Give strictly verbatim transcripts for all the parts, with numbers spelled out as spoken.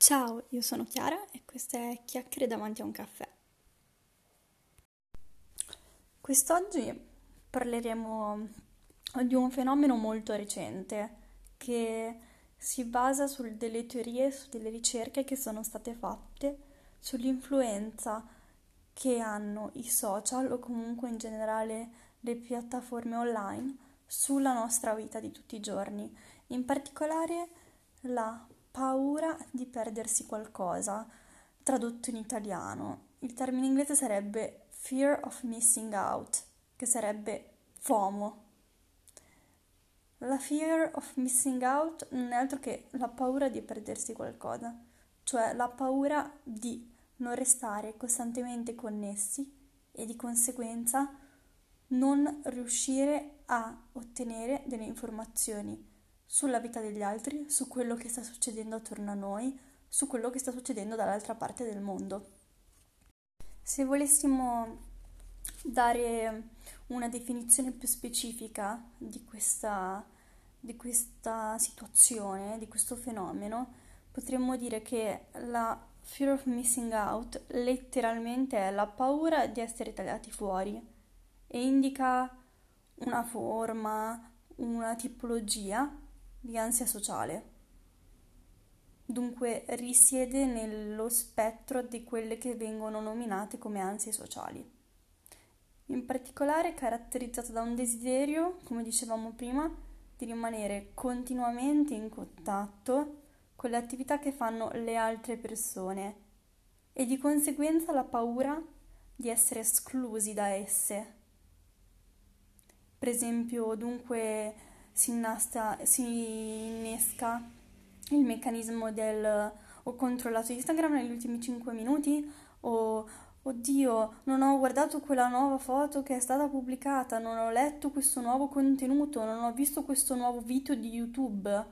Ciao, io sono Chiara e queste è Chiacchiere davanti a un caffè. Quest'oggi parleremo di un fenomeno molto recente che si basa su delle teorie, su delle ricerche che sono state fatte sull'influenza che hanno i social o comunque in generale le piattaforme online sulla nostra vita di tutti i giorni, in particolare la paura di perdersi qualcosa, tradotto in italiano. Il termine inglese sarebbe Fear of Missing Out, che sarebbe FOMO. La Fear of Missing Out non è altro che la paura di perdersi qualcosa, cioè la paura di non restare costantemente connessi e di conseguenza non riuscire a ottenere delle informazioni sulla vita degli altri, su quello che sta succedendo attorno a noi, su quello che sta succedendo dall'altra parte del mondo. Se volessimo dare una definizione più specifica di questa, di questa situazione, di questo fenomeno, potremmo dire che la fear of missing out letteralmente è la paura di essere tagliati fuori e indica una forma, una tipologia di ansia sociale. Dunque risiede nello spettro di quelle che vengono nominate come ansie sociali. In particolare è caratterizzata da un desiderio, come dicevamo prima, di rimanere continuamente in contatto con le attività che fanno le altre persone e di conseguenza la paura di essere esclusi da esse. Per esempio, dunque si innasta, si innesca il meccanismo del ho controllato Instagram negli ultimi cinque minuti o oddio, non ho guardato quella nuova foto che è stata pubblicata, non ho letto questo nuovo contenuto, non ho visto questo nuovo video di YouTube.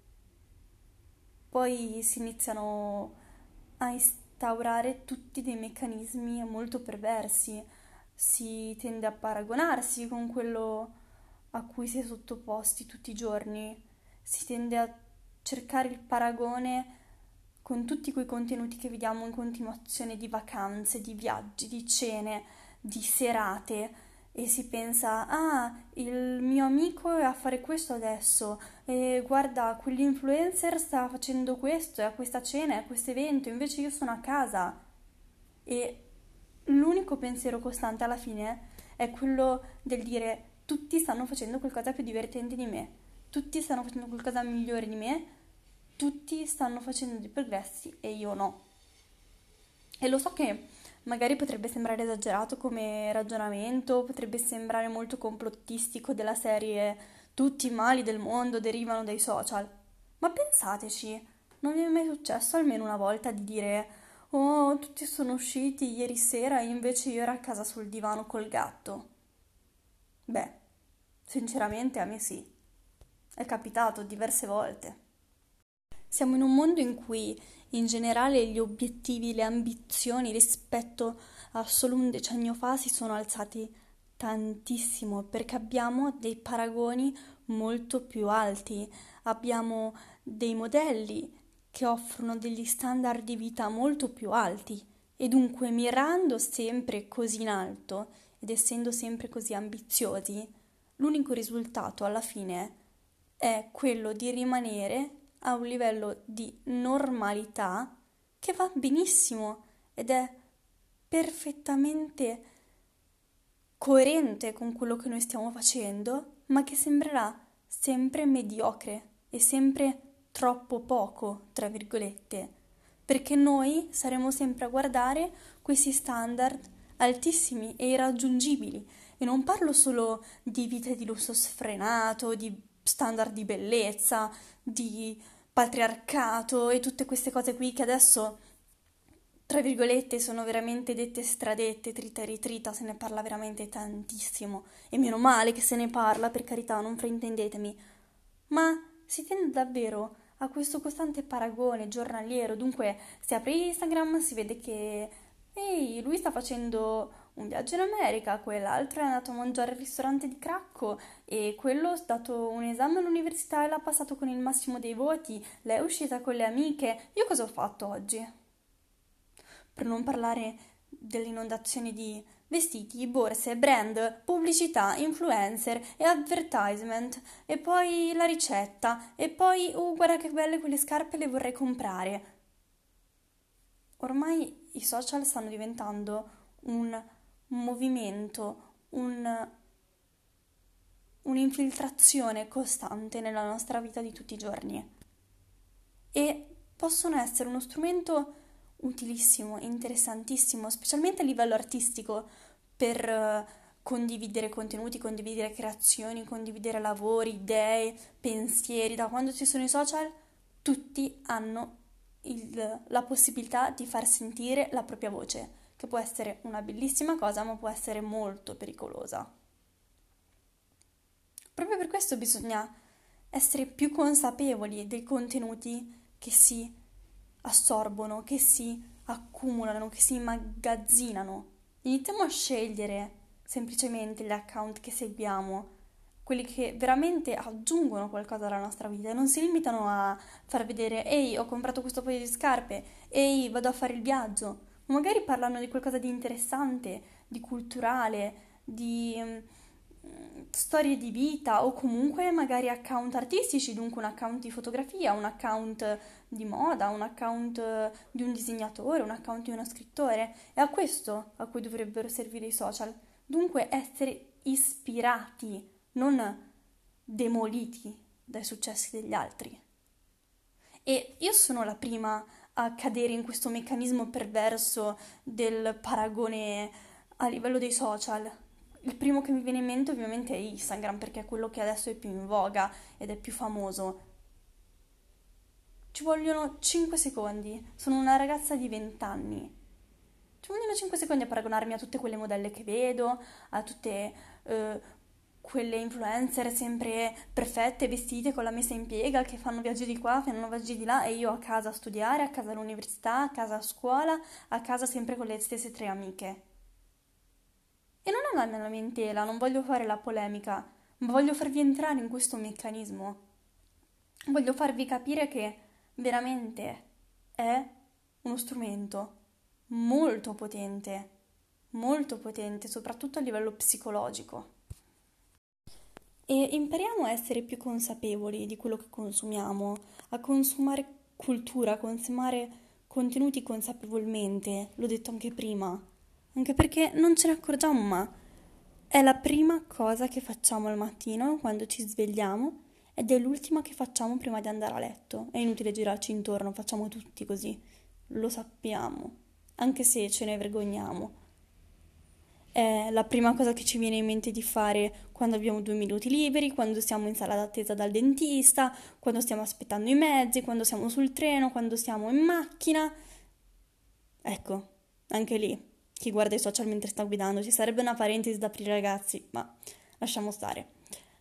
Poi si iniziano a instaurare tutti dei meccanismi molto perversi, si tende a paragonarsi con quello a cui si è sottoposti tutti i giorni, si tende a cercare il paragone con tutti quei contenuti che vediamo in continuazione di vacanze, di viaggi, di cene, di serate e si pensa, ah, il mio amico è a fare questo adesso e guarda, quell'influencer sta facendo questo, è a questa cena, è a questo evento, invece io sono a casa. E l'unico pensiero costante alla fine è quello del dire tutti stanno facendo qualcosa più divertente di me, tutti stanno facendo qualcosa migliore di me, tutti stanno facendo dei progressi e io no. E lo so che magari potrebbe sembrare esagerato come ragionamento, potrebbe sembrare molto complottistico della serie tutti i mali del mondo derivano dai social, ma pensateci, non vi è mai successo almeno una volta di dire oh, tutti sono usciti ieri sera e invece io ero a casa sul divano col gatto? Beh, sinceramente a me sì, è capitato diverse volte. Siamo in un mondo in cui in generale gli obiettivi, le ambizioni rispetto a solo un decennio fa si sono alzati tantissimo perché abbiamo dei paragoni molto più alti, abbiamo dei modelli che offrono degli standard di vita molto più alti e dunque mirando sempre così in alto ed essendo sempre così ambiziosi, l'unico risultato alla fine è quello di rimanere a un livello di normalità che va benissimo ed è perfettamente coerente con quello che noi stiamo facendo, ma che sembrerà sempre mediocre e sempre troppo poco, tra virgolette, perché noi saremo sempre a guardare questi standard altissimi e irraggiungibili. E non parlo solo di vite di lusso sfrenato, di standard di bellezza, di patriarcato e tutte queste cose qui che adesso, tra virgolette, sono veramente dette stradette, trita e ritrita, se ne parla veramente tantissimo. E meno male che se ne parla, per carità, non fraintendetemi. Ma si tende davvero a questo costante paragone giornaliero. Dunque, se apri Instagram si vede che ehi, lui sta facendo un viaggio in America, quell'altro è andato a mangiare al ristorante di Cracco e quello ha dato un esame all'università e l'ha passato con il massimo dei voti, lei è uscita con le amiche. Io cosa ho fatto oggi? Per non parlare dell'inondazione di vestiti, borse, brand, pubblicità, influencer e advertisement e poi la ricetta e poi, oh, guarda che belle quelle scarpe, le vorrei comprare. Ormai i social stanno diventando un movimento, un- un'infiltrazione costante nella nostra vita di tutti i giorni e possono essere uno strumento utilissimo, interessantissimo, specialmente a livello artistico, per eh, condividere contenuti, condividere creazioni, condividere lavori, idee, pensieri. Da quando ci sono i social, tutti hanno il- la possibilità di far sentire la propria voce, che può essere una bellissima cosa, ma può essere molto pericolosa. Proprio per questo bisogna essere più consapevoli dei contenuti che si assorbono, che si accumulano, che si immagazzinano. Iniziamo a scegliere semplicemente gli account che seguiamo, quelli che veramente aggiungono qualcosa alla nostra vita e non si limitano a far vedere, ehi, ho comprato questo paio di scarpe, ehi, vado a fare il viaggio. Ma magari parlano di qualcosa di interessante, di culturale, di mm, storie di vita o comunque magari account artistici, dunque un account di fotografia, un account di moda, un account eh, di un disegnatore, un account di uno scrittore. È a questo a cui dovrebbero servire i social. Dunque essere ispirati, non demoliti dai successi degli altri. E io sono la prima a cadere in questo meccanismo perverso del paragone a livello dei social. Il primo che mi viene in mente ovviamente è Instagram, perché è quello che adesso è più in voga ed è più famoso. Ci vogliono cinque secondi. Sono una ragazza di venti anni. Ci vogliono cinque secondi a paragonarmi a tutte quelle modelle che vedo, a tutte eh, quelle influencer sempre perfette, vestite con la messa in piega, che fanno viaggi di qua, fanno viaggi di là, e io a casa a studiare, a casa all'università, a casa a scuola, a casa sempre con le stesse tre amiche. E non è una lamentela, non voglio fare la polemica, ma voglio farvi entrare in questo meccanismo. Voglio farvi capire che veramente è uno strumento molto potente, molto potente, soprattutto a livello psicologico. E impariamo a essere più consapevoli di quello che consumiamo, a consumare cultura, a consumare contenuti consapevolmente, l'ho detto anche prima, anche perché non ce ne accorgiamo, ma è la prima cosa che facciamo al mattino quando ci svegliamo ed è l'ultima che facciamo prima di andare a letto. È inutile girarci intorno, facciamo tutti così, lo sappiamo, anche se ce ne vergogniamo. È la prima cosa che ci viene in mente di fare quando abbiamo due minuti liberi, quando siamo in sala d'attesa dal dentista, quando stiamo aspettando i mezzi, quando siamo sul treno, quando siamo in macchina. Ecco, anche lì, chi guarda i social mentre sta guidando, ci sarebbe una parentesi da aprire ragazzi, ma lasciamo stare.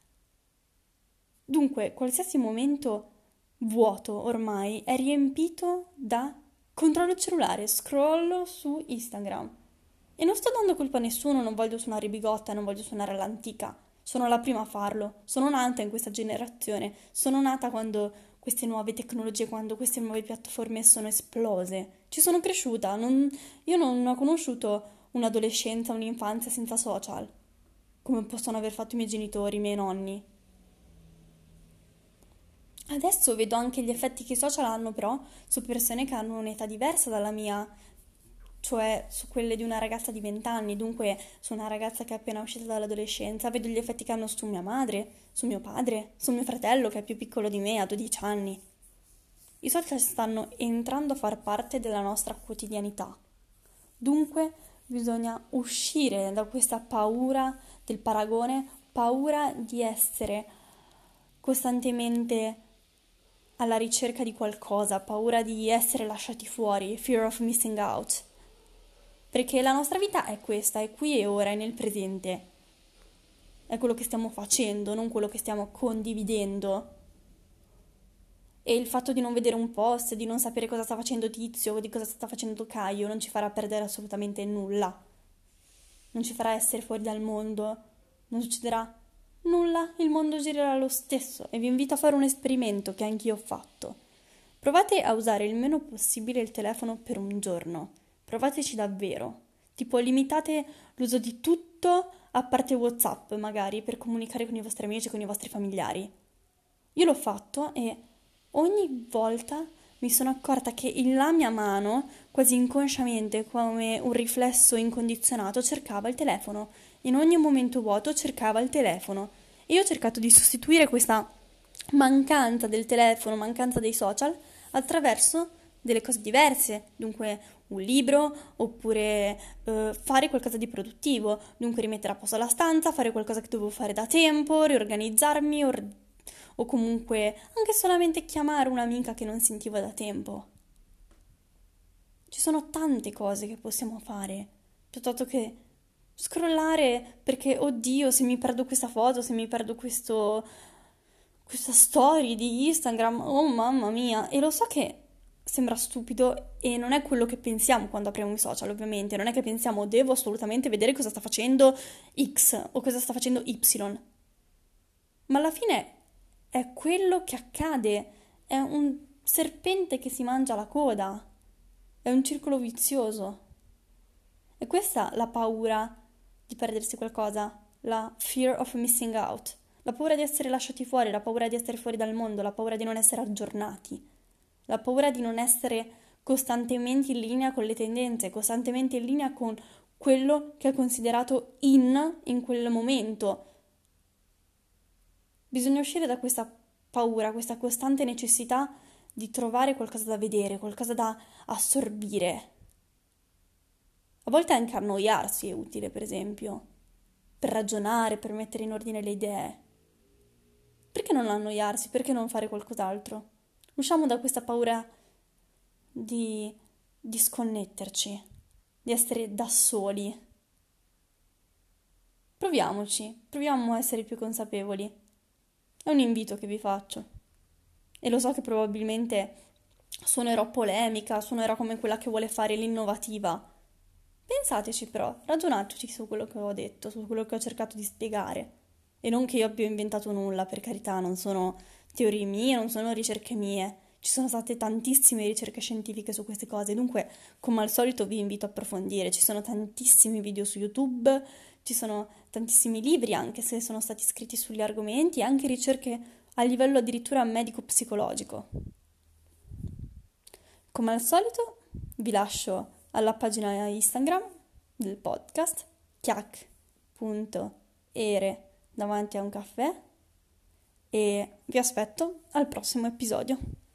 Dunque, qualsiasi momento vuoto ormai è riempito da controllo cellulare, scrollo su Instagram. E non sto dando colpa a nessuno, non voglio suonare bigotta, non voglio suonare all'antica. Sono la prima a farlo. Sono nata in questa generazione. Sono nata quando queste nuove tecnologie, quando queste nuove piattaforme sono esplose. Ci sono cresciuta. non- io non ho conosciuto un'adolescenza, un'infanzia senza social, come possono aver fatto i miei genitori, i miei nonni. Adesso vedo anche gli effetti che i social hanno però su persone che hanno un'età diversa dalla mia, cioè su quelle di una ragazza di venti anni, dunque su una ragazza che è appena uscita dall'adolescenza, vedo gli effetti che hanno su mia madre, su mio padre, su mio fratello che è più piccolo di me, ha dodici anni. I social stanno entrando a far parte della nostra quotidianità. Dunque bisogna uscire da questa paura del paragone, paura di essere costantemente alla ricerca di qualcosa, paura di essere lasciati fuori, fear of missing out. Perché la nostra vita è questa, è qui e ora, è nel presente. È quello che stiamo facendo, non quello che stiamo condividendo. E il fatto di non vedere un post, di non sapere cosa sta facendo Tizio o di cosa sta facendo Caio non ci farà perdere assolutamente nulla. non ci farà essere fuori dal mondo, non succederà nulla, il mondo girerà lo stesso e vi invito a fare un esperimento che anch'io ho fatto. Provate a usare il meno possibile il telefono per un giorno, provateci davvero, tipo limitate l'uso di tutto a parte WhatsApp magari per comunicare con i vostri amici e con i vostri familiari. Io l'ho fatto e ogni volta mi sono accorta che la mia mano, quasi inconsciamente, come un riflesso incondizionato, cercava il telefono. In ogni momento vuoto cercava il telefono. E io ho cercato di sostituire questa mancanza del telefono, mancanza dei social, attraverso delle cose diverse. Dunque un libro, oppure eh, fare qualcosa di produttivo. Dunque rimettere a posto la stanza, fare qualcosa che dovevo fare da tempo, riorganizzarmi, or- o comunque anche solamente chiamare un'amica che non sentivo da tempo. Ci sono tante cose che possiamo fare, piuttosto che scrollare perché, oddio, se mi perdo questa foto, se mi perdo questo, questa story di Instagram, oh mamma mia. E lo so che sembra stupido e non è quello che pensiamo quando apriamo i social, ovviamente. Non è che pensiamo, devo assolutamente vedere cosa sta facendo X o cosa sta facendo Y. Ma alla fine è quello che accade, è un serpente che si mangia la coda, è un circolo vizioso. E questa la paura di perdersi qualcosa, la fear of missing out, la paura di essere lasciati fuori, la paura di essere fuori dal mondo, la paura di non essere aggiornati, la paura di non essere costantemente in linea con le tendenze, costantemente in linea con quello che è considerato in in quel momento. Bisogna uscire da questa paura, questa costante necessità di trovare qualcosa da vedere, qualcosa da assorbire. A volte anche annoiarsi è utile, per esempio, per ragionare, per mettere in ordine le idee. Perché non annoiarsi? Perché non fare qualcos'altro? Usciamo da questa paura di disconnetterci, di essere da soli. Proviamoci, proviamo a essere più consapevoli. È un invito che vi faccio. E lo so che probabilmente suonerò polemica, suonerò come quella che vuole fare l'innovativa. Pensateci però, ragionateci su quello che ho detto, su quello che ho cercato di spiegare. E non che io abbia inventato nulla, per carità, non sono teorie mie, non sono ricerche mie. Ci sono state tantissime ricerche scientifiche su queste cose, dunque, come al solito, vi invito a approfondire. Ci sono tantissimi video su YouTube, ci sono tantissimi libri, anche se sono stati scritti sugli argomenti, e anche ricerche a livello addirittura medico-psicologico. Come al solito, vi lascio alla pagina Instagram del podcast, chiac punto ere davanti a un caffè, e vi aspetto al prossimo episodio.